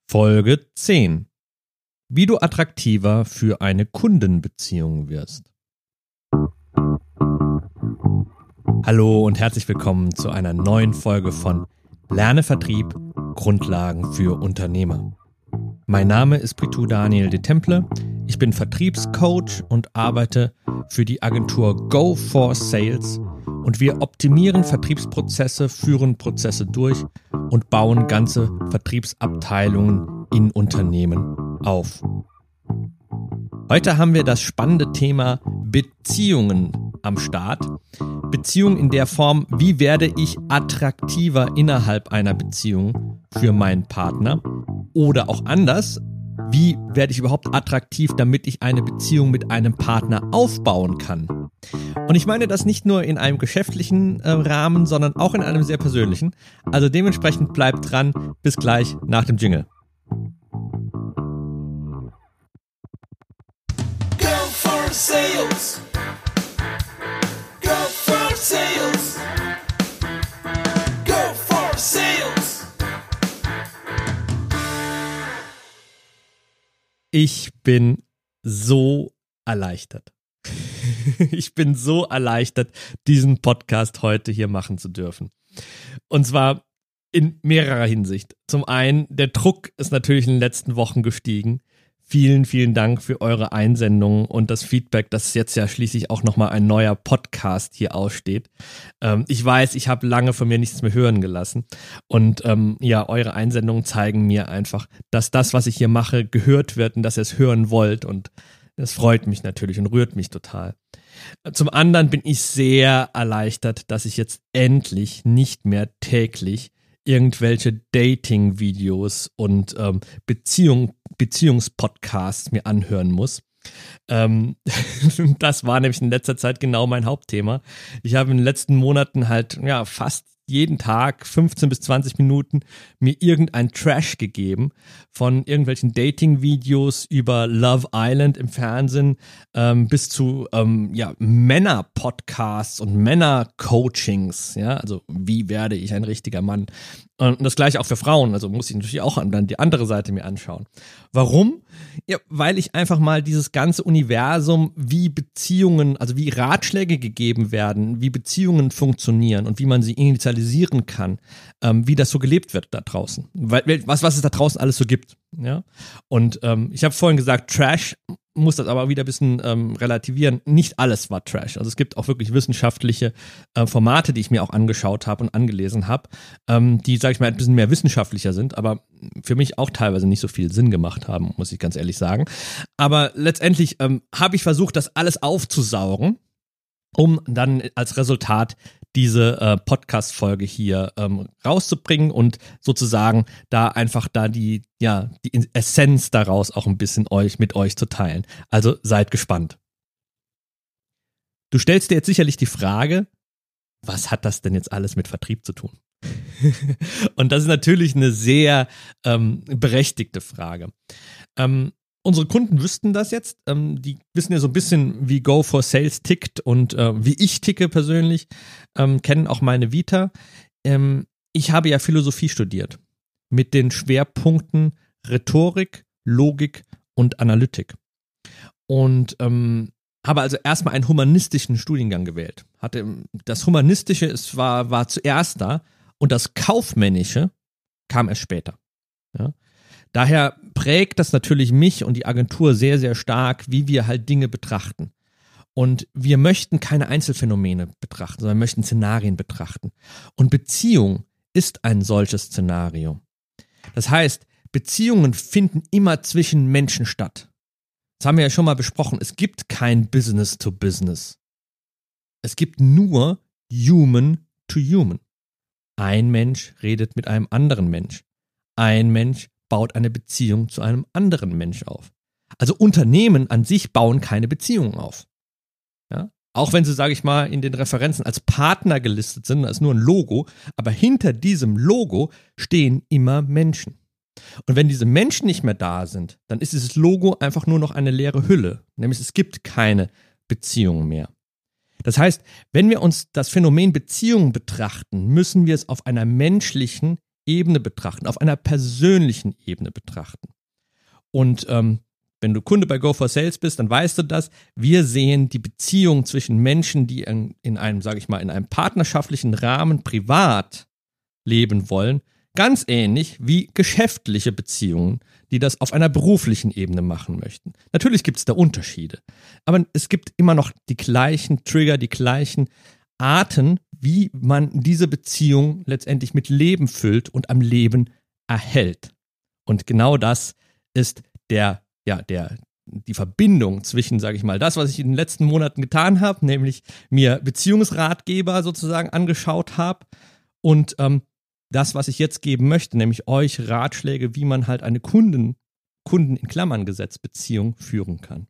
Folge 10. Wie du attraktiver für eine Kundenbeziehung wirst. Hallo und herzlich willkommen zu einer neuen Folge von Lerne Vertrieb – Grundlagen für Unternehmer. Mein Name ist Pritu Daniel de Temple. Ich bin Vertriebscoach und arbeite für die Agentur Go for Sales und wir optimieren Vertriebsprozesse, führen Prozesse durch und bauen ganze Vertriebsabteilungen in Unternehmen auf. Heute haben wir das spannende Thema Beziehungen am Start. Beziehungen in der Form, wie werde ich attraktiver innerhalb einer Beziehung für meinen Partner? Oder auch anders, wie werde ich überhaupt attraktiv, damit ich eine Beziehung mit einem Partner aufbauen kann? Und ich meine das nicht nur in einem geschäftlichen Rahmen, sondern auch in einem sehr persönlichen. Also dementsprechend bleibt dran, bis gleich nach dem Jingle. Go for sales. Go for sales. Go for sales. Ich bin so erleichtert. Ich bin so erleichtert, diesen Podcast heute hier machen zu dürfen. Und zwar in mehrerer Hinsicht. Zum einen, der Druck ist natürlich in den letzten Wochen gestiegen. Vielen, vielen Dank für eure Einsendungen und das Feedback, dass jetzt ja schließlich auch nochmal ein neuer Podcast hier aussteht. Ich weiß, ich habe lange von mir nichts mehr hören gelassen und eure Einsendungen zeigen mir einfach, dass das, was ich hier mache, gehört wird und dass ihr es hören wollt und das freut mich natürlich und rührt mich total. Zum anderen bin ich sehr erleichtert, dass ich jetzt endlich nicht mehr täglich irgendwelche Dating-Videos und Beziehungspodcasts mir anhören muss. Das war nämlich in letzter Zeit genau mein Hauptthema. Ich habe in den letzten Monaten halt fast jeden Tag 15 bis 20 Minuten mir irgendein Trash gegeben, von irgendwelchen Dating-Videos über Love Island im Fernsehen bis zu Männer-Podcasts und Männer-Coachings, ja, also wie werde ich ein richtiger Mann? Und das gleiche auch für Frauen, also muss ich natürlich auch dann die andere Seite mir anschauen. Warum? Ja, weil ich einfach mal dieses ganze Universum, wie Beziehungen, also wie Ratschläge gegeben werden, wie Beziehungen funktionieren und wie man sie initialisieren kann, wie das so gelebt wird da draußen. Was es da draußen alles so gibt. Ja? Und ich habe vorhin gesagt, Trash, muss das aber wieder ein bisschen relativieren. Nicht alles war Trash. Also es gibt auch wirklich wissenschaftliche Formate, die ich mir auch angeschaut habe und angelesen habe, die, sage ich mal, ein bisschen mehr wissenschaftlicher sind, aber für mich auch teilweise nicht so viel Sinn gemacht haben, muss ich ganz ehrlich sagen. Aber letztendlich habe ich versucht, das alles aufzusaugen, um dann als Resultat diese Podcast-Folge hier rauszubringen und sozusagen die Essenz daraus auch ein bisschen mit euch zu teilen. Also seid gespannt. Du stellst dir jetzt sicherlich die Frage, was hat das denn jetzt alles mit Vertrieb zu tun? Und das ist natürlich eine sehr berechtigte Frage. Unsere Kunden wüssten das jetzt, die wissen ja so ein bisschen, wie Go for Sales tickt und wie ich ticke persönlich, kennen auch meine Vita. Ich habe ja Philosophie studiert mit den Schwerpunkten Rhetorik, Logik und Analytik und habe also erstmal einen humanistischen Studiengang gewählt. Das Humanistische war zuerst da und das Kaufmännische kam erst später. Ja? Daher prägt das natürlich mich und die Agentur sehr, sehr stark, wie wir halt Dinge betrachten. Und wir möchten keine Einzelfänomene betrachten, sondern wir möchten Szenarien betrachten. Und Beziehung ist ein solches Szenario. Das heißt, Beziehungen finden immer zwischen Menschen statt. Das haben wir ja schon mal besprochen. Es gibt kein Business to Business. Es gibt nur Human to Human. Ein Mensch redet mit einem anderen Mensch. Ein Mensch baut eine Beziehung zu einem anderen Mensch auf. Also Unternehmen an sich bauen keine Beziehungen auf. Ja? Auch wenn sie, sage ich mal, in den Referenzen als Partner gelistet sind, als nur ein Logo, aber hinter diesem Logo stehen immer Menschen. Und wenn diese Menschen nicht mehr da sind, dann ist dieses Logo einfach nur noch eine leere Hülle. Nämlich es gibt keine Beziehung mehr. Das heißt, wenn wir uns das Phänomen Beziehung betrachten, müssen wir es auf einer menschlichen Ebene betrachten, auf einer persönlichen Ebene betrachten. Und wenn du Kunde bei Go for Sales bist, dann weißt du das. Wir sehen die Beziehung zwischen Menschen, die in einem, sage ich mal, in einem partnerschaftlichen Rahmen privat leben wollen, ganz ähnlich wie geschäftliche Beziehungen, die das auf einer beruflichen Ebene machen möchten. Natürlich gibt es da Unterschiede, aber es gibt immer noch die gleichen Trigger, die gleichen Arten, wie man diese Beziehung letztendlich mit Leben füllt und am Leben erhält. Und genau das ist die Verbindung zwischen, sage ich mal, das, was ich in den letzten Monaten getan habe, nämlich mir Beziehungsratgeber sozusagen angeschaut habe und das, was ich jetzt geben möchte, nämlich euch Ratschläge, wie man halt eine Kunden in Klammern gesetzt Beziehung führen kann.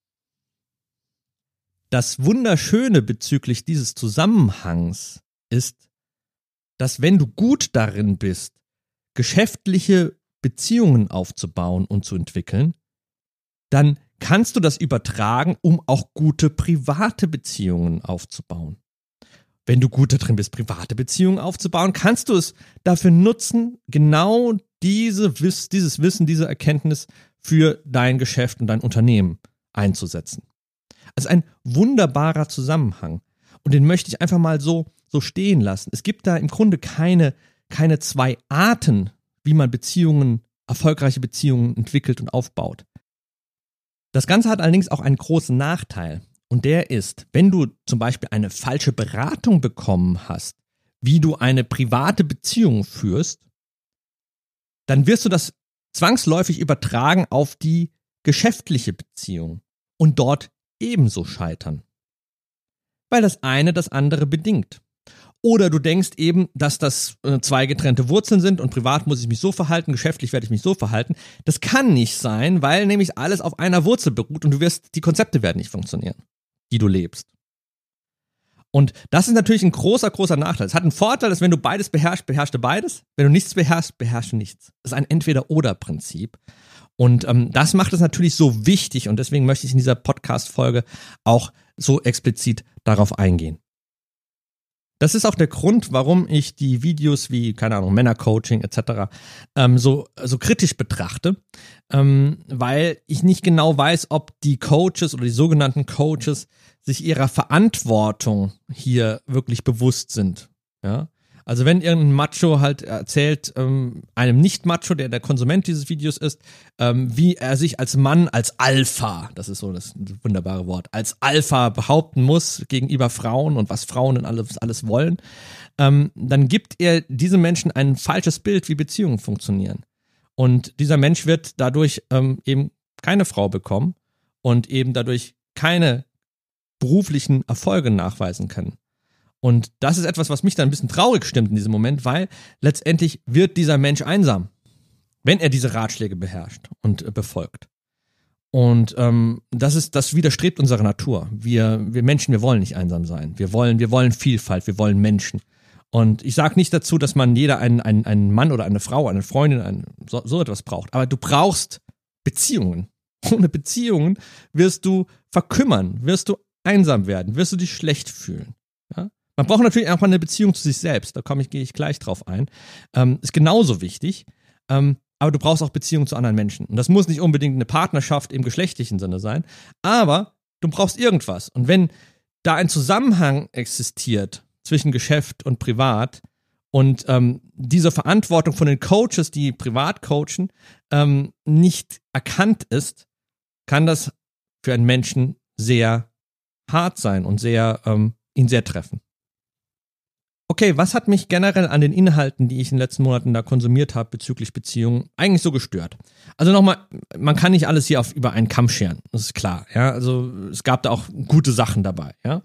Das Wunderschöne bezüglich dieses Zusammenhangs ist, dass wenn du gut darin bist, geschäftliche Beziehungen aufzubauen und zu entwickeln, dann kannst du das übertragen, um auch gute private Beziehungen aufzubauen. Wenn du gut darin bist, private Beziehungen aufzubauen, kannst du es dafür nutzen, genau dieses Wissen, diese Erkenntnis für dein Geschäft und dein Unternehmen einzusetzen. Also ein wunderbarer Zusammenhang. Und den möchte ich einfach mal so stehen lassen. Es gibt da im Grunde keine zwei Arten, wie man erfolgreiche Beziehungen entwickelt und aufbaut. Das Ganze hat allerdings auch einen großen Nachteil. Und der ist, wenn du zum Beispiel eine falsche Beratung bekommen hast, wie du eine private Beziehung führst, dann wirst du das zwangsläufig übertragen auf die geschäftliche Beziehung und dort ebenso scheitern. Weil das eine das andere bedingt. Oder du denkst eben, dass das zwei getrennte Wurzeln sind und privat muss ich mich so verhalten, geschäftlich werde ich mich so verhalten. Das kann nicht sein, weil nämlich alles auf einer Wurzel beruht und die Konzepte werden nicht funktionieren, die du lebst. Und das ist natürlich ein großer, großer Nachteil. Es hat einen Vorteil, dass wenn du beides beherrschst, beherrschst du beides. Wenn du nichts beherrschst, beherrschst du nichts. Das ist ein Entweder-Oder-Prinzip. Und das macht es natürlich so wichtig und deswegen möchte ich in dieser Podcast-Folge auch so explizit darauf eingehen. Das ist auch der Grund, warum ich die Videos wie, keine Ahnung, Männercoaching etc. So kritisch betrachte, weil ich nicht genau weiß, ob die Coaches oder die sogenannten Coaches sich ihrer Verantwortung hier wirklich bewusst sind. Ja? Also wenn irgendein Macho halt erzählt, einem Nicht-Macho, der der Konsument dieses Videos ist, wie er sich als Mann, als Alpha, das ist so das wunderbare Wort, als Alpha behaupten muss gegenüber Frauen und was Frauen denn alles wollen, dann gibt er diesem Menschen ein falsches Bild, wie Beziehungen funktionieren. Und dieser Mensch wird dadurch eben keine Frau bekommen und eben dadurch keine beruflichen Erfolge nachweisen können. Und das ist etwas, was mich dann ein bisschen traurig stimmt in diesem Moment, weil letztendlich wird dieser Mensch einsam, wenn er diese Ratschläge beherrscht und befolgt. Und das widerstrebt unserer Natur. Wir Menschen, wir wollen nicht einsam sein. Wir wollen Vielfalt, wir wollen Menschen. Und ich sage nicht dazu, dass man jeder einen Mann oder eine Frau, eine Freundin, so etwas braucht. Aber du brauchst Beziehungen. Ohne Beziehungen wirst du verkümmern, wirst du einsam werden, wirst du dich schlecht fühlen. Ja? Man braucht natürlich auch eine Beziehung zu sich selbst, gehe ich gleich drauf ein. Ist genauso wichtig, aber du brauchst auch Beziehungen zu anderen Menschen. Und das muss nicht unbedingt eine Partnerschaft im geschlechtlichen Sinne sein, aber du brauchst irgendwas. Und wenn da ein Zusammenhang existiert zwischen Geschäft und Privat und diese Verantwortung von den Coaches, die privat coachen, nicht erkannt ist, kann das für einen Menschen sehr hart sein und ihn sehr treffen. Okay, was hat mich generell an den Inhalten, die ich in den letzten Monaten da konsumiert habe bezüglich Beziehungen, eigentlich so gestört? Also nochmal, man kann nicht alles hier über einen Kamm scheren, das ist klar. Ja, also es gab da auch gute Sachen dabei. Ja,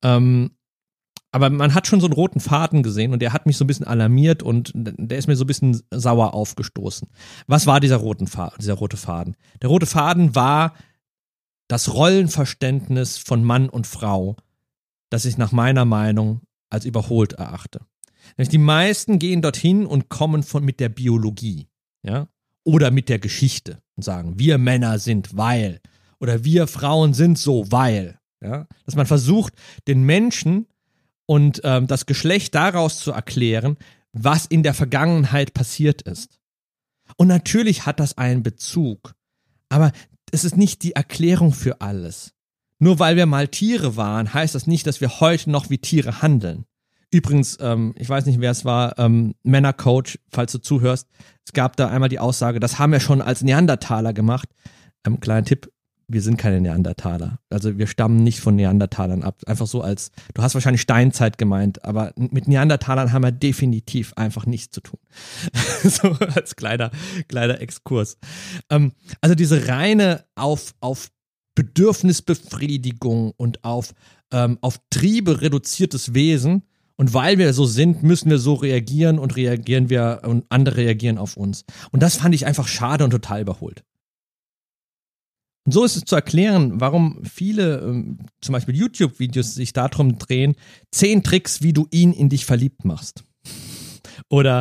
aber man hat schon so einen roten Faden gesehen und der hat mich so ein bisschen alarmiert und der ist mir so ein bisschen sauer aufgestoßen. Was war dieser rote Faden? Der rote Faden war das Rollenverständnis von Mann und Frau, das ich nach meiner Meinung als überholt erachte. Nämlich die meisten gehen dorthin und kommen mit der Biologie, ja, oder mit der Geschichte und sagen, wir Männer sind weil oder wir Frauen sind so weil, ja, dass man versucht, den Menschen und das Geschlecht daraus zu erklären, was in der Vergangenheit passiert ist. Und natürlich hat das einen Bezug, aber es ist nicht die Erklärung für alles. Nur weil wir mal Tiere waren, heißt das nicht, dass wir heute noch wie Tiere handeln. Übrigens, ich weiß nicht, wer es war, Männercoach, falls du zuhörst, es gab da einmal die Aussage, das haben wir schon als Neandertaler gemacht. Kleiner Tipp, wir sind keine Neandertaler. Also wir stammen nicht von Neandertalern ab. Einfach so als, du hast wahrscheinlich Steinzeit gemeint, aber mit Neandertalern haben wir definitiv einfach nichts zu tun. So als kleiner Exkurs. Also diese reine auf Bedürfnisbefriedigung und auf Triebe reduziertes Wesen. Und weil wir so sind, müssen wir so reagieren und andere reagieren auf uns. Und das fand ich einfach schade und total überholt. Und so ist es zu erklären, warum viele, zum Beispiel YouTube-Videos, sich darum drehen, 10 Tricks, wie du ihn in dich verliebt machst. Oder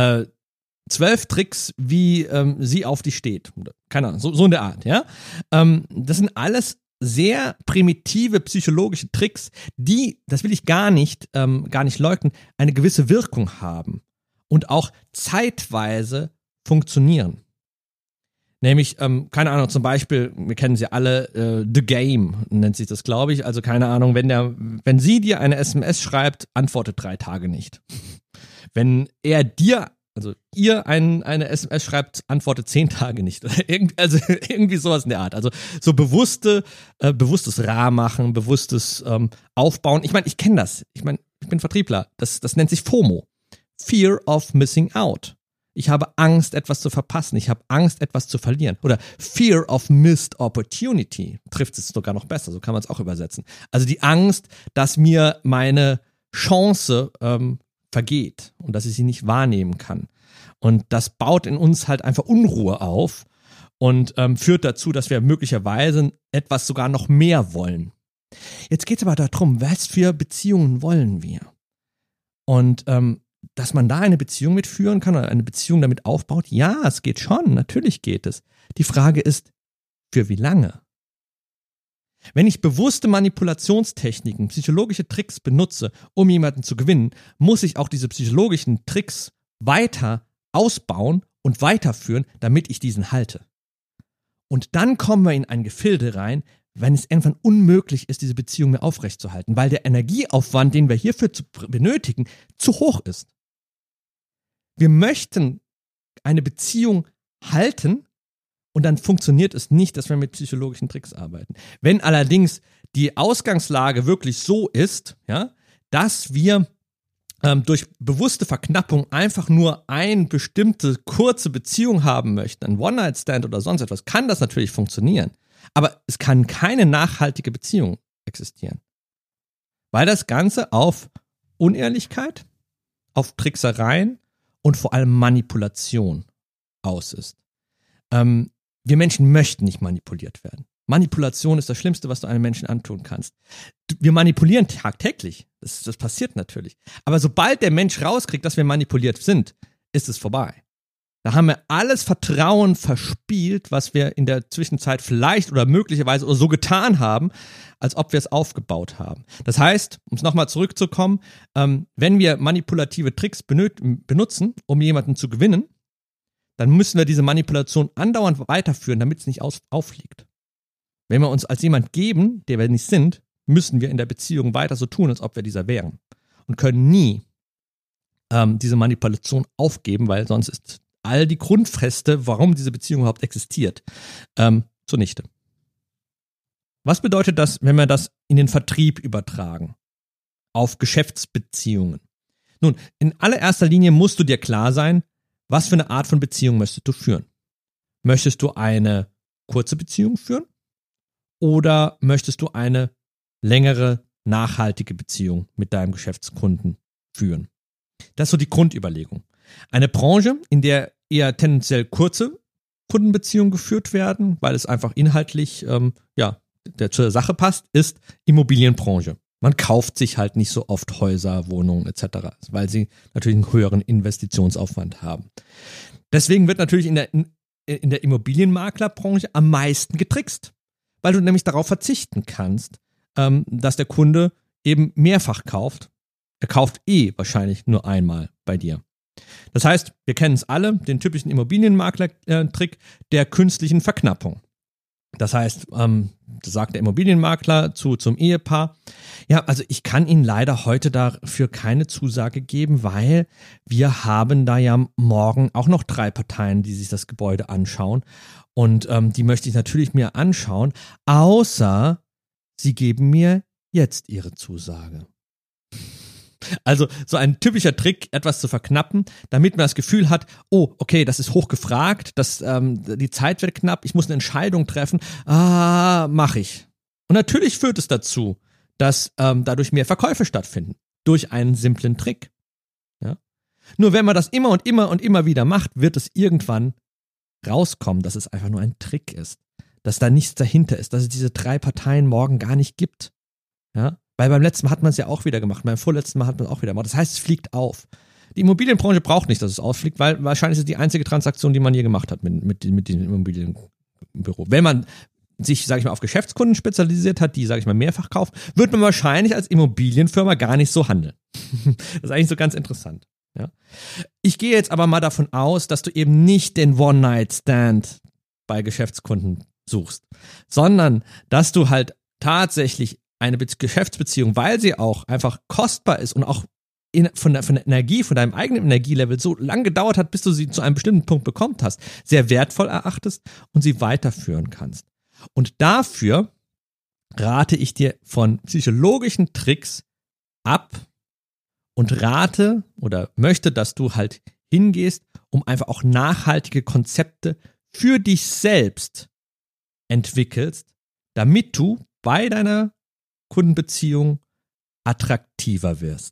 12 Tricks, wie sie auf dich steht. Keine Ahnung, so in der Art, ja. Das sind alles sehr primitive psychologische Tricks, die, das will ich gar nicht leugnen, eine gewisse Wirkung haben und auch zeitweise funktionieren. Nämlich, keine Ahnung, zum Beispiel, wir kennen sie alle, The Game nennt sich das, glaube ich. Also keine Ahnung, wenn sie dir eine SMS schreibt, antwortet 3 Tage nicht. Wenn er dir, also ihr eine SMS schreibt, antwortet 10 Tage nicht. Irgendwie sowas in der Art. Also so bewusstes Rahmachen, bewusstes Aufbauen. Ich meine, ich kenne das. Ich meine, ich bin Vertriebler. Das nennt sich FOMO. Fear of Missing Out. Ich habe Angst, etwas zu verpassen. Ich habe Angst, etwas zu verlieren. Oder Fear of Missed Opportunity. Trifft es sogar noch besser. So kann man es auch übersetzen. Also die Angst, dass mir meine Chance vergeht und dass ich sie nicht wahrnehmen kann. Und das baut in uns halt einfach Unruhe auf und führt dazu, dass wir möglicherweise etwas sogar noch mehr wollen. Jetzt geht es aber darum, was für Beziehungen wollen wir? Und dass man da eine Beziehung mitführen kann oder eine Beziehung damit aufbaut, ja, es geht schon, natürlich geht es. Die Frage ist, für wie lange? Wenn ich bewusste Manipulationstechniken, psychologische Tricks benutze, um jemanden zu gewinnen, muss ich auch diese psychologischen Tricks weiter ausbauen und weiterführen, damit ich diesen halte. Und dann kommen wir in ein Gefilde rein, wenn es irgendwann unmöglich ist, diese Beziehung mehr aufrechtzuerhalten, weil der Energieaufwand, den wir hierfür benötigen, zu hoch ist. Wir möchten eine Beziehung halten und dann funktioniert es nicht, dass wir mit psychologischen Tricks arbeiten. Wenn allerdings die Ausgangslage wirklich so ist, ja, dass wir durch bewusste Verknappung einfach nur eine bestimmte kurze Beziehung haben möchten, ein One-Night-Stand oder sonst etwas, kann das natürlich funktionieren. Aber es kann keine nachhaltige Beziehung existieren. Weil das Ganze auf Unehrlichkeit, auf Tricksereien und vor allem Manipulation aus ist. Wir Menschen möchten nicht manipuliert werden. Manipulation ist das Schlimmste, was du einem Menschen antun kannst. Wir manipulieren tagtäglich. Das passiert natürlich. Aber sobald der Mensch rauskriegt, dass wir manipuliert sind, ist es vorbei. Da haben wir alles Vertrauen verspielt, was wir in der Zwischenzeit vielleicht oder möglicherweise oder so getan haben, als ob wir es aufgebaut haben. Das heißt, um es nochmal zurückzukommen, wenn wir manipulative Tricks benutzen, um jemanden zu gewinnen, dann müssen wir diese Manipulation andauernd weiterführen, damit es nicht auffliegt. Wenn wir uns als jemand geben, der wir nicht sind, müssen wir in der Beziehung weiter so tun, als ob wir dieser wären. Und können nie diese Manipulation aufgeben, weil sonst ist all die Grundfeste, warum diese Beziehung überhaupt existiert, zunichte. Was bedeutet das, wenn wir das in den Vertrieb übertragen? Auf Geschäftsbeziehungen? Nun, in allererster Linie musst du dir klar sein, was für eine Art von Beziehung möchtest du führen? Möchtest du eine kurze Beziehung führen? Oder möchtest du eine längere, nachhaltige Beziehung mit deinem Geschäftskunden führen? Das ist so die Grundüberlegung. Eine Branche, in der eher tendenziell kurze Kundenbeziehungen geführt werden, weil es einfach inhaltlich zur Sache passt, ist Immobilienbranche. Man kauft sich halt nicht so oft Häuser, Wohnungen etc., weil sie natürlich einen höheren Investitionsaufwand haben. Deswegen wird natürlich in der Immobilienmaklerbranche am meisten getrickst, weil du nämlich darauf verzichten kannst, dass der Kunde eben mehrfach kauft. Er kauft wahrscheinlich nur einmal bei dir. Das heißt, wir kennen es alle, den typischen Immobilienmakler-Trick der künstlichen Verknappung. Das heißt, das sagt der Immobilienmakler zum Ehepaar, ja, also ich kann Ihnen leider heute dafür keine Zusage geben, weil wir haben da ja morgen auch noch 3 Parteien, die sich das Gebäude anschauen und die möchte ich natürlich mir anschauen, außer Sie geben mir jetzt Ihre Zusage. Also so ein typischer Trick, etwas zu verknappen, damit man das Gefühl hat, oh, okay, das ist hochgefragt, die Zeit wird knapp, ich muss eine Entscheidung treffen, mache ich. Und natürlich führt es dazu, dass dadurch mehr Verkäufe stattfinden, durch einen simplen Trick. Ja? Nur wenn man das immer und immer und immer wieder macht, wird es irgendwann rauskommen, dass es einfach nur ein Trick ist, dass da nichts dahinter ist, dass es diese 3 Parteien morgen gar nicht gibt. Ja? Weil beim letzten Mal hat man es ja auch wieder gemacht, beim vorletzten Mal hat man es auch wieder gemacht. Das heißt, es fliegt auf. Die Immobilienbranche braucht nicht, dass es ausfliegt, weil wahrscheinlich ist es die einzige Transaktion, die man je gemacht hat mit diesem Immobilienbüro. Wenn man sich, sage ich mal, auf Geschäftskunden spezialisiert hat, die, sage ich mal, mehrfach kaufen, wird man wahrscheinlich als Immobilienfirma gar nicht so handeln. Das ist eigentlich so ganz interessant. Ja? Ich gehe jetzt aber mal davon aus, dass du eben nicht den One-Night-Stand bei Geschäftskunden suchst, sondern dass du halt tatsächlich eine Geschäftsbeziehung, weil sie auch einfach kostbar ist und auch von der Energie, von deinem eigenen Energielevel so lang gedauert hat, bis du sie zu einem bestimmten Punkt bekommen hast, sehr wertvoll erachtest und sie weiterführen kannst. Und dafür rate ich dir von psychologischen Tricks ab und rate oder möchte, dass du halt hingehst, um einfach auch nachhaltige Konzepte für dich selbst entwickelst, damit du bei deiner Kundenbeziehung attraktiver wirst.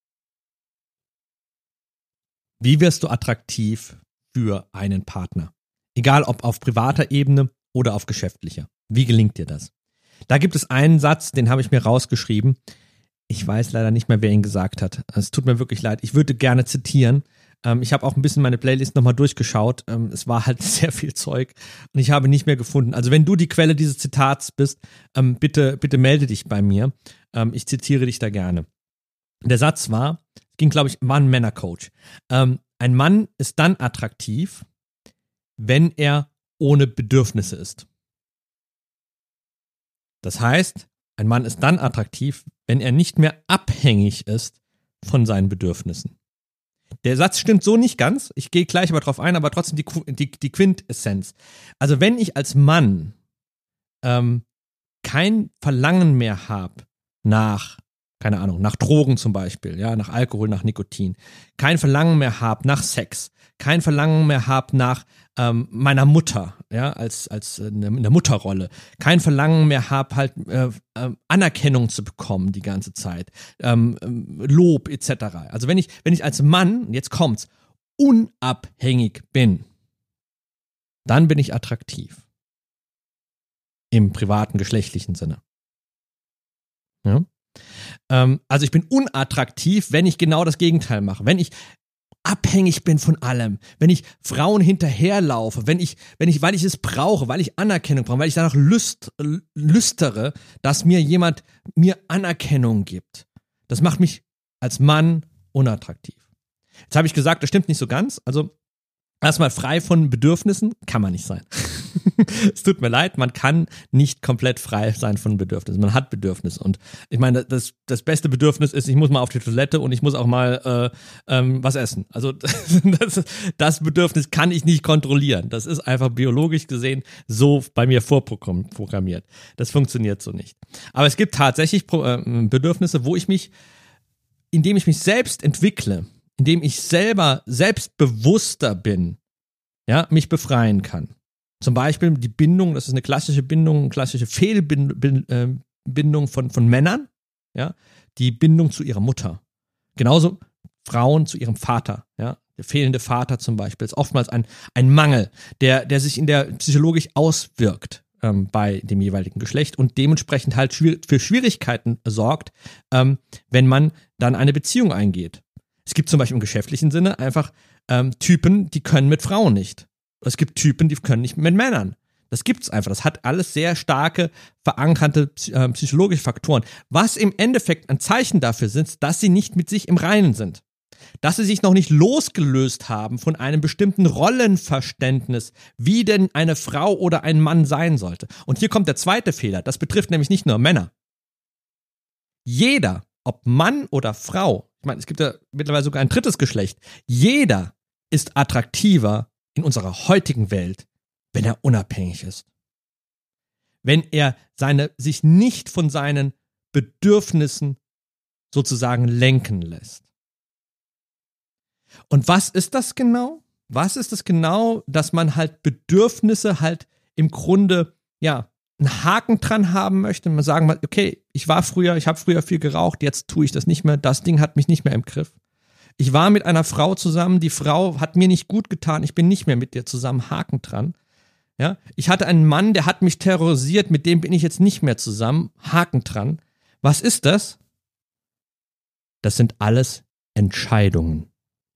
Wie wirst du attraktiv für einen Partner? Egal ob auf privater Ebene oder auf geschäftlicher. Wie gelingt dir das? Da gibt es einen Satz, den habe ich mir rausgeschrieben. Ich weiß leider nicht mehr, wer ihn gesagt hat. Es tut mir wirklich leid. Ich würde gerne zitieren. Ich habe auch ein bisschen meine Playlist nochmal durchgeschaut. Es war halt sehr viel Zeug und ich habe nicht mehr gefunden. Also wenn du die Quelle dieses Zitats bist, bitte melde dich bei mir. Ich zitiere dich da gerne. Der Satz war ein Männercoach. Ein Mann ist dann attraktiv, wenn er ohne Bedürfnisse ist. Das heißt, ein Mann ist dann attraktiv, wenn er nicht mehr abhängig ist von seinen Bedürfnissen. Der Satz stimmt so nicht ganz, ich gehe gleich aber drauf ein, aber trotzdem die Quintessenz. Also wenn ich als Mann kein Verlangen mehr habe nach, keine Ahnung, nach Drogen zum Beispiel, ja, nach Alkohol, nach Nikotin, kein Verlangen mehr habe nach Sex, kein Verlangen mehr habe nach meiner Mutter, ja, als eine Mutterrolle, kein Verlangen mehr habe, halt Anerkennung zu bekommen die ganze Zeit, Lob etc. Also wenn ich als Mann, jetzt kommt's, unabhängig bin, dann bin ich attraktiv. Im privaten, geschlechtlichen Sinne. Ja? Also ich bin unattraktiv, wenn ich genau das Gegenteil mache. Wenn ich abhängig bin von allem, wenn ich Frauen hinterherlaufe, weil ich es brauche, weil ich Anerkennung brauche, weil ich danach lüstere, dass mir jemand Anerkennung gibt. Das macht mich als Mann unattraktiv. Jetzt habe ich gesagt, das stimmt nicht so ganz. Also erstmal frei von Bedürfnissen kann man nicht sein. Es tut mir leid, man kann nicht komplett frei sein von Bedürfnissen. Man hat Bedürfnisse. Und ich meine, das beste Bedürfnis ist, ich muss mal auf die Toilette und ich muss auch mal was essen. Also das Bedürfnis kann ich nicht kontrollieren. Das ist einfach biologisch gesehen so bei mir vorprogrammiert. Das funktioniert so nicht. Aber es gibt tatsächlich Bedürfnisse, indem ich mich selbst entwickle, indem ich selber selbstbewusster bin, ja, mich befreien kann. Zum Beispiel die Bindung, das ist eine klassische Bindung, eine klassische Fehlbindung von Männern, ja, die Bindung zu ihrer Mutter. Genauso Frauen zu ihrem Vater, ja. Der fehlende Vater zum Beispiel ist oftmals ein Mangel, der sich psychologisch auswirkt bei dem jeweiligen Geschlecht und dementsprechend halt für Schwierigkeiten sorgt, wenn man dann eine Beziehung eingeht. Es gibt zum Beispiel im geschäftlichen Sinne einfach Typen, die können mit Frauen nicht. Es gibt Typen, die können nicht mit Männern. Das gibt's einfach. Das hat alles sehr starke, verankerte psychologische Faktoren. Was im Endeffekt ein Zeichen dafür sind, dass sie nicht mit sich im Reinen sind. dass sie sich noch nicht losgelöst haben von einem bestimmten Rollenverständnis, wie denn eine Frau oder ein Mann sein sollte. Und hier kommt der zweite Fehler, das betrifft nämlich nicht nur Männer. Jeder, ob Mann oder Frau, ich meine, es gibt ja mittlerweile sogar ein drittes Geschlecht, jeder ist attraktiver in unserer heutigen Welt, wenn er unabhängig ist. Wenn er sich nicht von seinen Bedürfnissen sozusagen lenken lässt. Und was ist das genau? Was ist das genau, dass man halt Bedürfnisse halt im Grunde, ja, einen Haken dran haben möchte? Man sagen, okay, ich habe früher viel geraucht, jetzt tue ich das nicht mehr, das Ding hat mich nicht mehr im Griff. Ich war mit einer Frau zusammen, die Frau hat mir nicht gut getan, ich bin nicht mehr mit dir zusammen, Haken dran. Ja, ich hatte einen Mann, der hat mich terrorisiert, mit dem bin ich jetzt nicht mehr zusammen, Haken dran. Was ist das? Das sind alles Entscheidungen.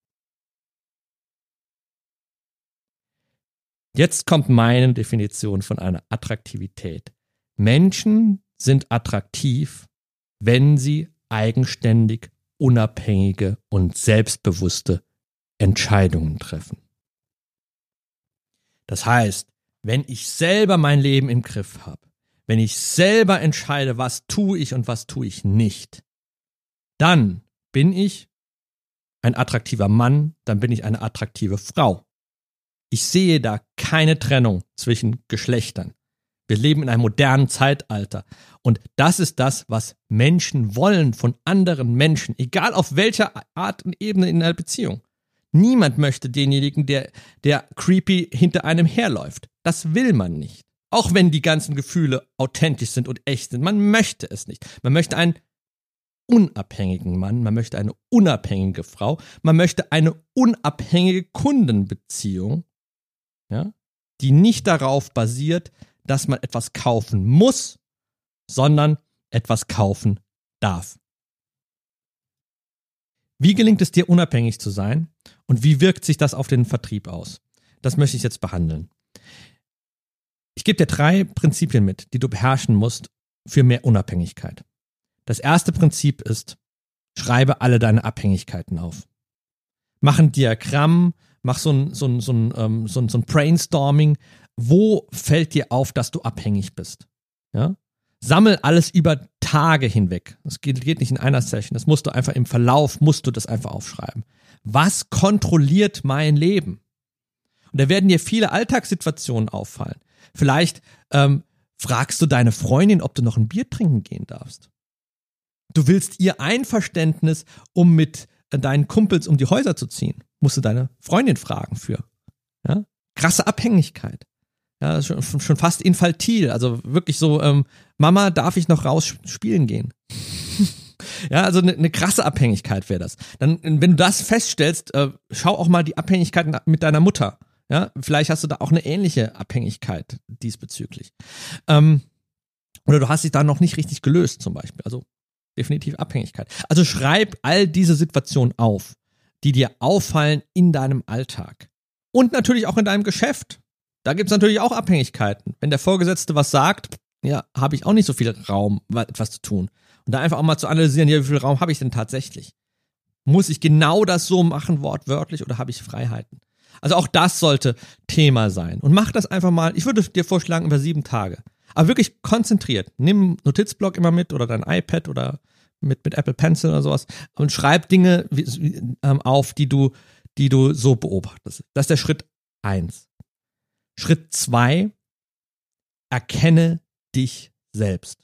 Jetzt kommt meine Definition von einer Attraktivität. Menschen sind attraktiv, wenn sie eigenständig, unabhängige und selbstbewusste Entscheidungen treffen. Das heißt, wenn ich selber mein Leben im Griff habe, wenn ich selber entscheide, was tue ich und was tue ich nicht, dann bin ich ein attraktiver Mann, dann bin ich eine attraktive Frau. Ich sehe da keine Trennung zwischen Geschlechtern. Wir leben in einem modernen Zeitalter. Und das ist das, was Menschen wollen von anderen Menschen, egal auf welcher Art und Ebene in einer Beziehung. Niemand möchte denjenigen, der creepy hinter einem herläuft. Das will man nicht. Auch wenn die ganzen Gefühle authentisch sind und echt sind. Man möchte es nicht. Man möchte einen unabhängigen Mann, man möchte eine unabhängige Frau, man möchte eine unabhängige Kundenbeziehung, ja, die nicht darauf basiert, dass man etwas kaufen muss, sondern etwas kaufen darf. Wie gelingt es dir, unabhängig zu sein und wie wirkt sich das auf den Vertrieb aus? Das möchte ich jetzt behandeln. Ich gebe dir 3 Prinzipien mit, die du beherrschen musst für mehr Unabhängigkeit. Das erste Prinzip ist, schreibe alle deine Abhängigkeiten auf. Mach ein Diagramm, mach so ein Brainstorming. Wo fällt dir auf, dass du abhängig bist? Ja? Sammel alles über Tage hinweg. Das geht nicht in einer Session. Das musst du einfach im Verlauf, musst du das einfach aufschreiben. Was kontrolliert mein Leben? Und da werden dir viele Alltagssituationen auffallen. Vielleicht fragst du deine Freundin, ob du noch ein Bier trinken gehen darfst. Du willst ihr Einverständnis, um mit deinen Kumpels um die Häuser zu ziehen. Musst du deine Freundin fragen für. Ja? Krasse Abhängigkeit. Ja, schon fast infantil. Also wirklich so, Mama, darf ich noch raus spielen gehen? Ja, also eine krasse Abhängigkeit wäre das. Dann, wenn du das feststellst, schau auch mal die Abhängigkeit mit deiner Mutter. Ja, vielleicht hast du da auch eine ähnliche Abhängigkeit diesbezüglich. Oder du hast dich da noch nicht richtig gelöst zum Beispiel. Also definitiv Abhängigkeit. Also schreib all diese Situationen auf, die dir auffallen in deinem Alltag. Und natürlich auch in deinem Geschäft. Da gibt es natürlich auch Abhängigkeiten. Wenn der Vorgesetzte was sagt, ja, habe ich auch nicht so viel Raum, etwas zu tun. Und da einfach auch mal zu analysieren, ja, wie viel Raum habe ich denn tatsächlich? Muss ich genau das so machen, wortwörtlich, oder habe ich Freiheiten? Also auch das sollte Thema sein. Und mach das einfach mal, ich würde dir vorschlagen, über 7 Tage. Aber wirklich konzentriert. Nimm einen Notizblock immer mit oder dein iPad oder mit Apple Pencil oder sowas und schreib Dinge auf, die du so beobachtest. Das ist der Schritt 1. Schritt 2, erkenne dich selbst.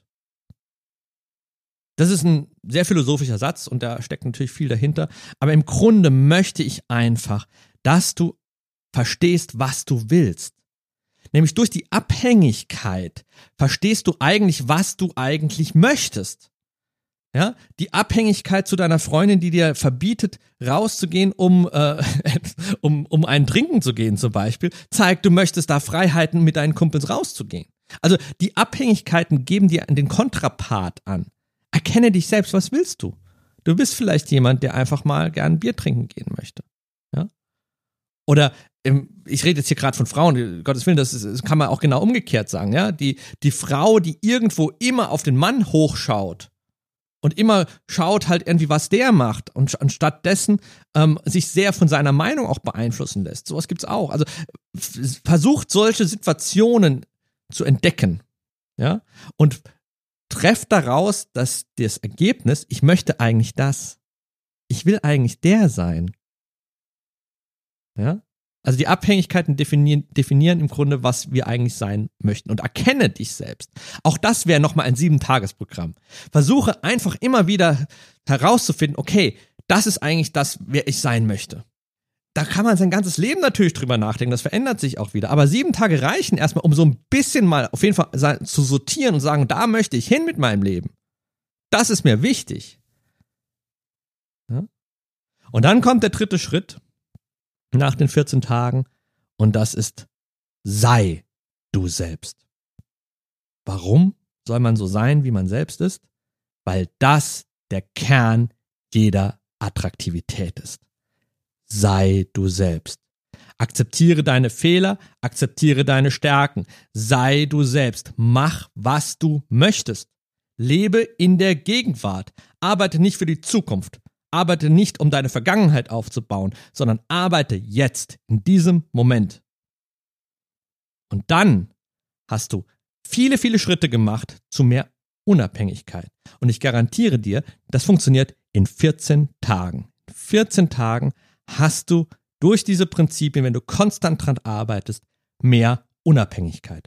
Das ist ein sehr philosophischer Satz und da steckt natürlich viel dahinter. Aber im Grunde möchte ich einfach, dass du verstehst, was du willst. Nämlich durch die Abhängigkeit verstehst du eigentlich, was du eigentlich möchtest. Ja, die Abhängigkeit zu deiner Freundin, die dir verbietet, rauszugehen, um einen Trinken zu gehen zum Beispiel, zeigt, du möchtest da Freiheiten, mit deinen Kumpels rauszugehen. Also die Abhängigkeiten geben dir den Kontrapart an. Erkenne dich selbst, was willst du? Du bist vielleicht jemand, der einfach mal gern Bier trinken gehen möchte. Ja? Oder ich rede jetzt hier gerade von Frauen, Gottes Willen, das kann man auch genau umgekehrt sagen. Ja? Die Frau, die irgendwo immer auf den Mann hochschaut, und immer schaut halt irgendwie, was der macht und anstatt dessen sich sehr von seiner Meinung auch beeinflussen lässt. Sowas gibt's auch. Also versucht solche Situationen zu entdecken, ja, und trefft daraus, dass das Ergebnis, ich möchte eigentlich das, ich will eigentlich der sein, ja. Also die Abhängigkeiten definieren im Grunde, was wir eigentlich sein möchten. Und erkenne dich selbst. Auch das wäre nochmal ein 7-Tages-Programm. Versuche einfach immer wieder herauszufinden, okay, das ist eigentlich das, wer ich sein möchte. Da kann man sein ganzes Leben natürlich drüber nachdenken, das verändert sich auch wieder. Aber 7 Tage reichen erstmal, um so ein bisschen mal auf jeden Fall zu sortieren und sagen, da möchte ich hin mit meinem Leben. Das ist mir wichtig. Ja? Und dann kommt der 3. Schritt. Nach den 14 Tagen, und das ist, sei du selbst. Warum soll man so sein, wie man selbst ist? Weil das der Kern jeder Attraktivität ist. Sei du selbst. Akzeptiere deine Fehler, akzeptiere deine Stärken. Sei du selbst. Mach, was du möchtest. Lebe in der Gegenwart. Arbeite nicht für die Zukunft. Arbeite nicht, um deine Vergangenheit aufzubauen, sondern arbeite jetzt, in diesem Moment. Und dann hast du viele, viele Schritte gemacht zu mehr Unabhängigkeit. Und ich garantiere dir, das funktioniert in 14 Tagen. In 14 Tagen hast du durch diese Prinzipien, wenn du konstant dran arbeitest, mehr Unabhängigkeit.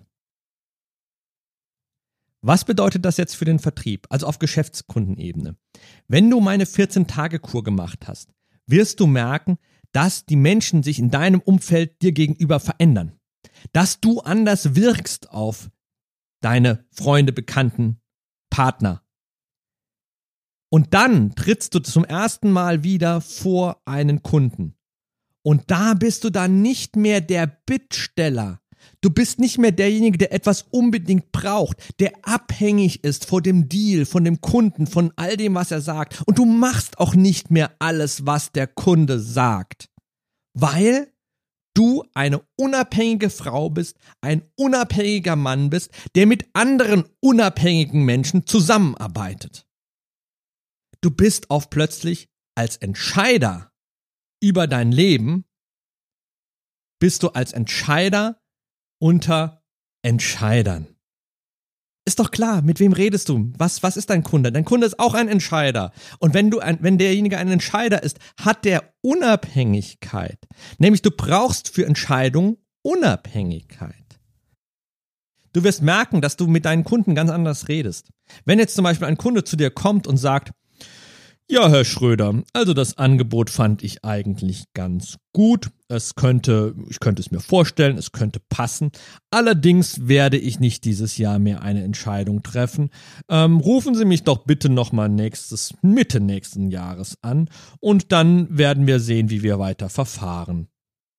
Was bedeutet das jetzt für den Vertrieb, also auf Geschäftskundenebene? Wenn du meine 14-Tage-Kur gemacht hast, wirst du merken, dass die Menschen sich in deinem Umfeld dir gegenüber verändern. Dass du anders wirkst auf deine Freunde, Bekannten, Partner. Und dann trittst du zum ersten Mal wieder vor einen Kunden. Und da bist du dann nicht mehr der Bittsteller. Du bist nicht mehr derjenige, der etwas unbedingt braucht, der abhängig ist von dem Deal, von dem Kunden, von all dem, was er sagt. Und du machst auch nicht mehr alles, was der Kunde sagt, weil du eine unabhängige Frau bist, ein unabhängiger Mann bist, der mit anderen unabhängigen Menschen zusammenarbeitet. Du bist auf plötzlich als Entscheider über dein Leben, bist du als Entscheider unter Entscheidern. Ist doch klar, mit wem redest du? Was ist dein Kunde? Dein Kunde ist auch ein Entscheider. Und wenn derjenige ein Entscheider ist, hat der Unabhängigkeit. Nämlich du brauchst für Entscheidungen Unabhängigkeit. Du wirst merken, dass du mit deinen Kunden ganz anders redest. Wenn jetzt zum Beispiel ein Kunde zu dir kommt und sagt, ja, Herr Schröder, also das Angebot fand ich eigentlich ganz gut. Ich könnte es mir vorstellen, es könnte passen. Allerdings werde ich nicht dieses Jahr mehr eine Entscheidung treffen. Rufen Sie mich doch bitte nochmal Mitte nächsten Jahres an und dann werden wir sehen, wie wir weiter verfahren.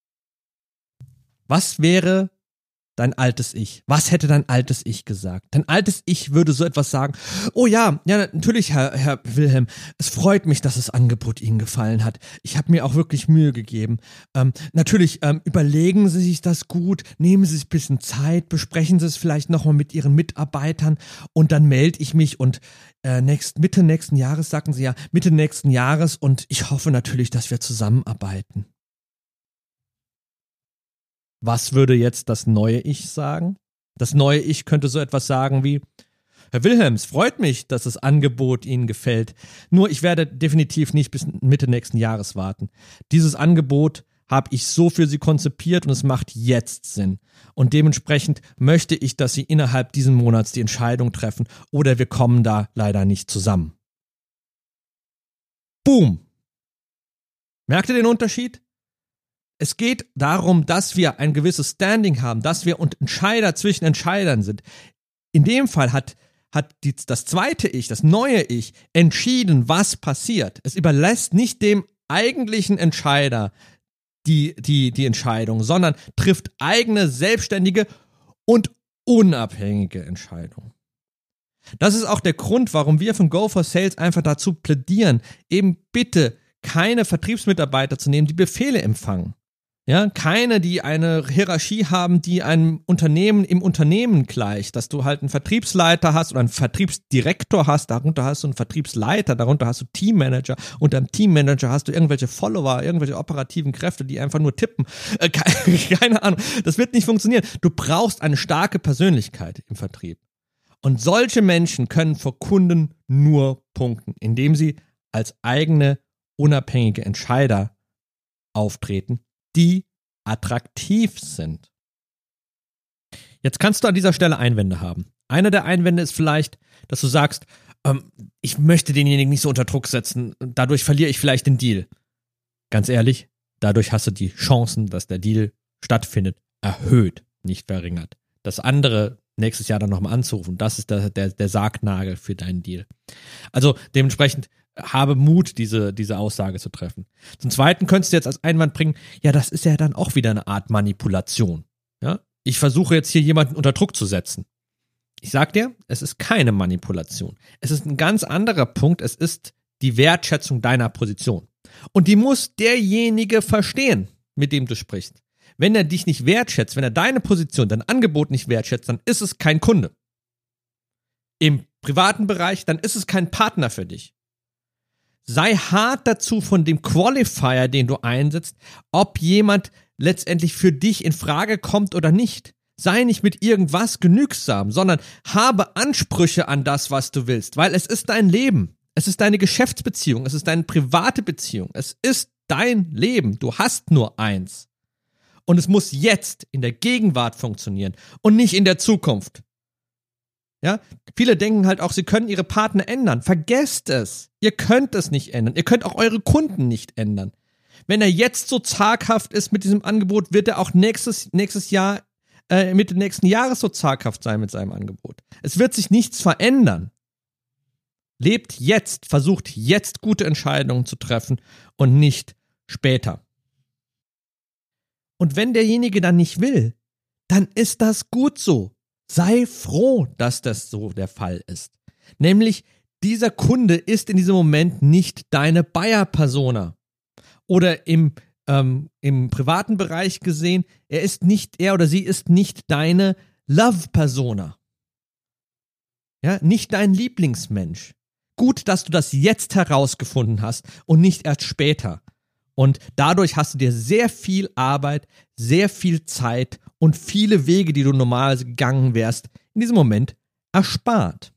Was wäre dein altes Ich? Was hätte dein altes Ich gesagt? Dein altes Ich würde so etwas sagen, oh ja, natürlich, Herr Wilhelm, es freut mich, dass das Angebot Ihnen gefallen hat. Ich habe mir auch wirklich Mühe gegeben. Natürlich, überlegen Sie sich das gut, nehmen Sie sich ein bisschen Zeit, besprechen Sie es vielleicht nochmal mit Ihren Mitarbeitern und dann melde ich mich und Mitte nächsten Jahres, sagten Sie ja, Mitte nächsten Jahres und ich hoffe natürlich, dass wir zusammenarbeiten. Was würde jetzt das neue Ich sagen? Das neue Ich könnte so etwas sagen wie, Herr Wilhelm, es freut mich, dass das Angebot Ihnen gefällt. Nur ich werde definitiv nicht bis Mitte nächsten Jahres warten. Dieses Angebot habe ich so für Sie konzipiert und es macht jetzt Sinn. Und dementsprechend möchte ich, dass Sie innerhalb diesen Monats die Entscheidung treffen oder wir kommen da leider nicht zusammen. Boom! Merkt ihr den Unterschied? Es geht darum, dass wir ein gewisses Standing haben, dass wir Entscheider zwischen Entscheidern sind. In dem Fall hat das zweite Ich, das neue Ich, entschieden, was passiert. Es überlässt nicht dem eigentlichen Entscheider die Entscheidung, sondern trifft eigene, selbstständige und unabhängige Entscheidungen. Das ist auch der Grund, warum wir von Go for Sales einfach dazu plädieren, eben bitte keine Vertriebsmitarbeiter zu nehmen, die Befehle empfangen. Ja, keine, die eine Hierarchie haben, die einem Unternehmen im Unternehmen gleicht, dass du halt einen Vertriebsleiter hast oder einen Vertriebsdirektor hast, darunter hast du einen Vertriebsleiter, darunter hast du Teammanager, unter dem Teammanager hast du irgendwelche Follower, irgendwelche operativen Kräfte, die einfach nur tippen. Keine Ahnung, das wird nicht funktionieren. Du brauchst eine starke Persönlichkeit im Vertrieb. Und solche Menschen können vor Kunden nur punkten, indem sie als eigene, unabhängige Entscheider auftreten, die attraktiv sind. Jetzt kannst du an dieser Stelle Einwände haben. Einer der Einwände ist vielleicht, dass du sagst, ich möchte denjenigen nicht so unter Druck setzen, dadurch verliere ich vielleicht den Deal. Ganz ehrlich, dadurch hast du die Chancen, dass der Deal stattfindet, erhöht, nicht verringert. Das andere nächstes Jahr dann nochmal anzurufen, das ist der Sargnagel für deinen Deal. Also dementsprechend habe Mut, diese Aussage zu treffen. Zum Zweiten könntest du jetzt als Einwand bringen, ja, das ist ja dann auch wieder eine Art Manipulation. Ja? Ich versuche jetzt hier jemanden unter Druck zu setzen. Ich sag dir, es ist keine Manipulation. Es ist ein ganz anderer Punkt, es ist die Wertschätzung deiner Position. Und die muss derjenige verstehen, mit dem du sprichst. Wenn er dich nicht wertschätzt, wenn er deine Position, dein Angebot nicht wertschätzt, dann ist es kein Kunde. Im privaten Bereich, dann ist es kein Partner für dich. Sei hart dazu von dem Qualifier, den du einsetzt, ob jemand letztendlich für dich in Frage kommt oder nicht. Sei nicht mit irgendwas genügsam, sondern habe Ansprüche an das, was du willst, weil es ist dein Leben. Es ist deine Geschäftsbeziehung, es ist deine private Beziehung, es ist dein Leben. Du hast nur eins. Und es muss jetzt in der Gegenwart funktionieren und nicht in der Zukunft. Ja, viele denken halt auch, sie können ihre Partner ändern. Vergesst es. Ihr könnt es nicht ändern. Ihr könnt auch eure Kunden nicht ändern. Wenn er jetzt so zaghaft ist mit diesem Angebot, wird er auch nächstes Jahr, Mitte nächsten Jahres so zaghaft sein mit seinem Angebot. Es wird sich nichts verändern. Lebt jetzt, versucht jetzt gute Entscheidungen zu treffen und nicht später. Und wenn derjenige dann nicht will, dann ist das gut so. Sei froh, dass das so der Fall ist. Nämlich, dieser Kunde ist in diesem Moment nicht deine Buyer-Persona. Oder im privaten Bereich gesehen, er oder sie ist nicht deine Love-Persona. Ja, nicht dein Lieblingsmensch. Gut, dass du das jetzt herausgefunden hast und nicht erst später. Und dadurch hast du dir sehr viel Arbeit, sehr viel Zeit und viele Wege, die du normalerweise gegangen wärst, in diesem Moment erspart.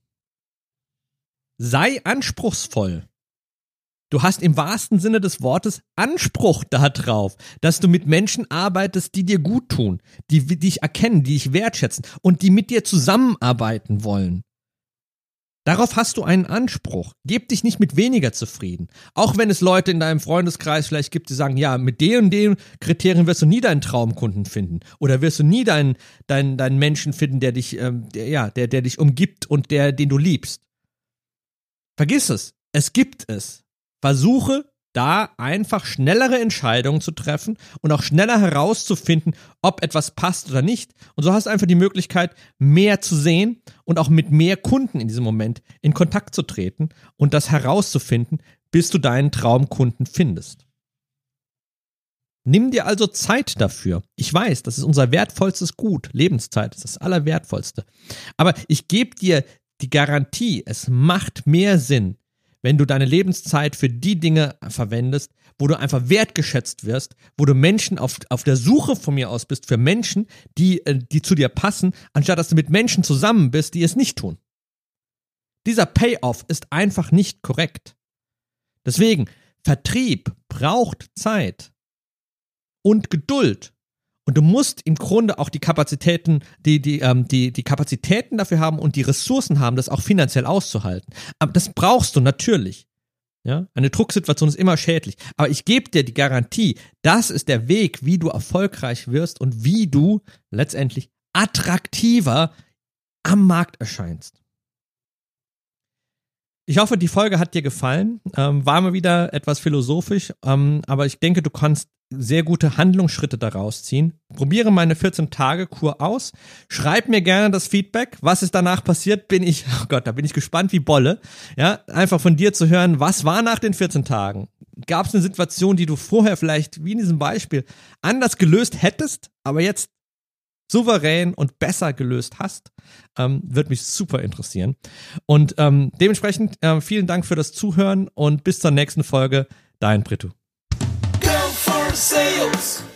Sei anspruchsvoll. Du hast im wahrsten Sinne des Wortes Anspruch darauf, dass du mit Menschen arbeitest, die dir gut tun, die dich erkennen, die dich wertschätzen und die mit dir zusammenarbeiten wollen. Darauf hast du einen Anspruch. Gib dich nicht mit weniger zufrieden. Auch wenn es Leute in deinem Freundeskreis vielleicht gibt, die sagen, ja, mit den und den Kriterien wirst du nie deinen Traumkunden finden. Oder wirst du nie deinen Menschen finden, der dich, der dich umgibt und den du liebst. Vergiss es. Es gibt es. Versuche da einfach schnellere Entscheidungen zu treffen und auch schneller herauszufinden, ob etwas passt oder nicht. Und so hast du einfach die Möglichkeit, mehr zu sehen und auch mit mehr Kunden in diesem Moment in Kontakt zu treten und das herauszufinden, bis du deinen Traumkunden findest. Nimm dir also Zeit dafür. Ich weiß, das ist unser wertvollstes Gut. Lebenszeit ist das Allerwertvollste. Aber ich gebe dir die Garantie, es macht mehr Sinn, wenn du deine Lebenszeit für die Dinge verwendest, wo du einfach wertgeschätzt wirst, wo du Menschen auf der Suche von mir aus bist für Menschen, die zu dir passen, anstatt dass du mit Menschen zusammen bist, die es nicht tun. Dieser Payoff ist einfach nicht korrekt. Deswegen, Vertrieb braucht Zeit und Geduld. Und du musst im Grunde auch die Kapazitäten, die Kapazitäten dafür haben und die Ressourcen haben, das auch finanziell auszuhalten. Aber das brauchst du natürlich. Ja? Eine Drucksituation ist immer schädlich. Aber ich gebe dir die Garantie, das ist der Weg, wie du erfolgreich wirst und wie du letztendlich attraktiver am Markt erscheinst. Ich hoffe, die Folge hat dir gefallen. War mal wieder etwas philosophisch, aber ich denke, du kannst sehr gute Handlungsschritte daraus ziehen. Probiere meine 14-Tage-Kur aus. Schreib mir gerne das Feedback. Was ist danach passiert? Da bin ich gespannt wie Bolle. Ja, einfach von dir zu hören, was war nach den 14 Tagen? Gab es eine Situation, die du vorher vielleicht, wie in diesem Beispiel, anders gelöst hättest, aber jetzt souverän und besser gelöst hast? Würde mich super interessieren. Und dementsprechend vielen Dank für das Zuhören und bis zur nächsten Folge. Dein Brito. Go for sales.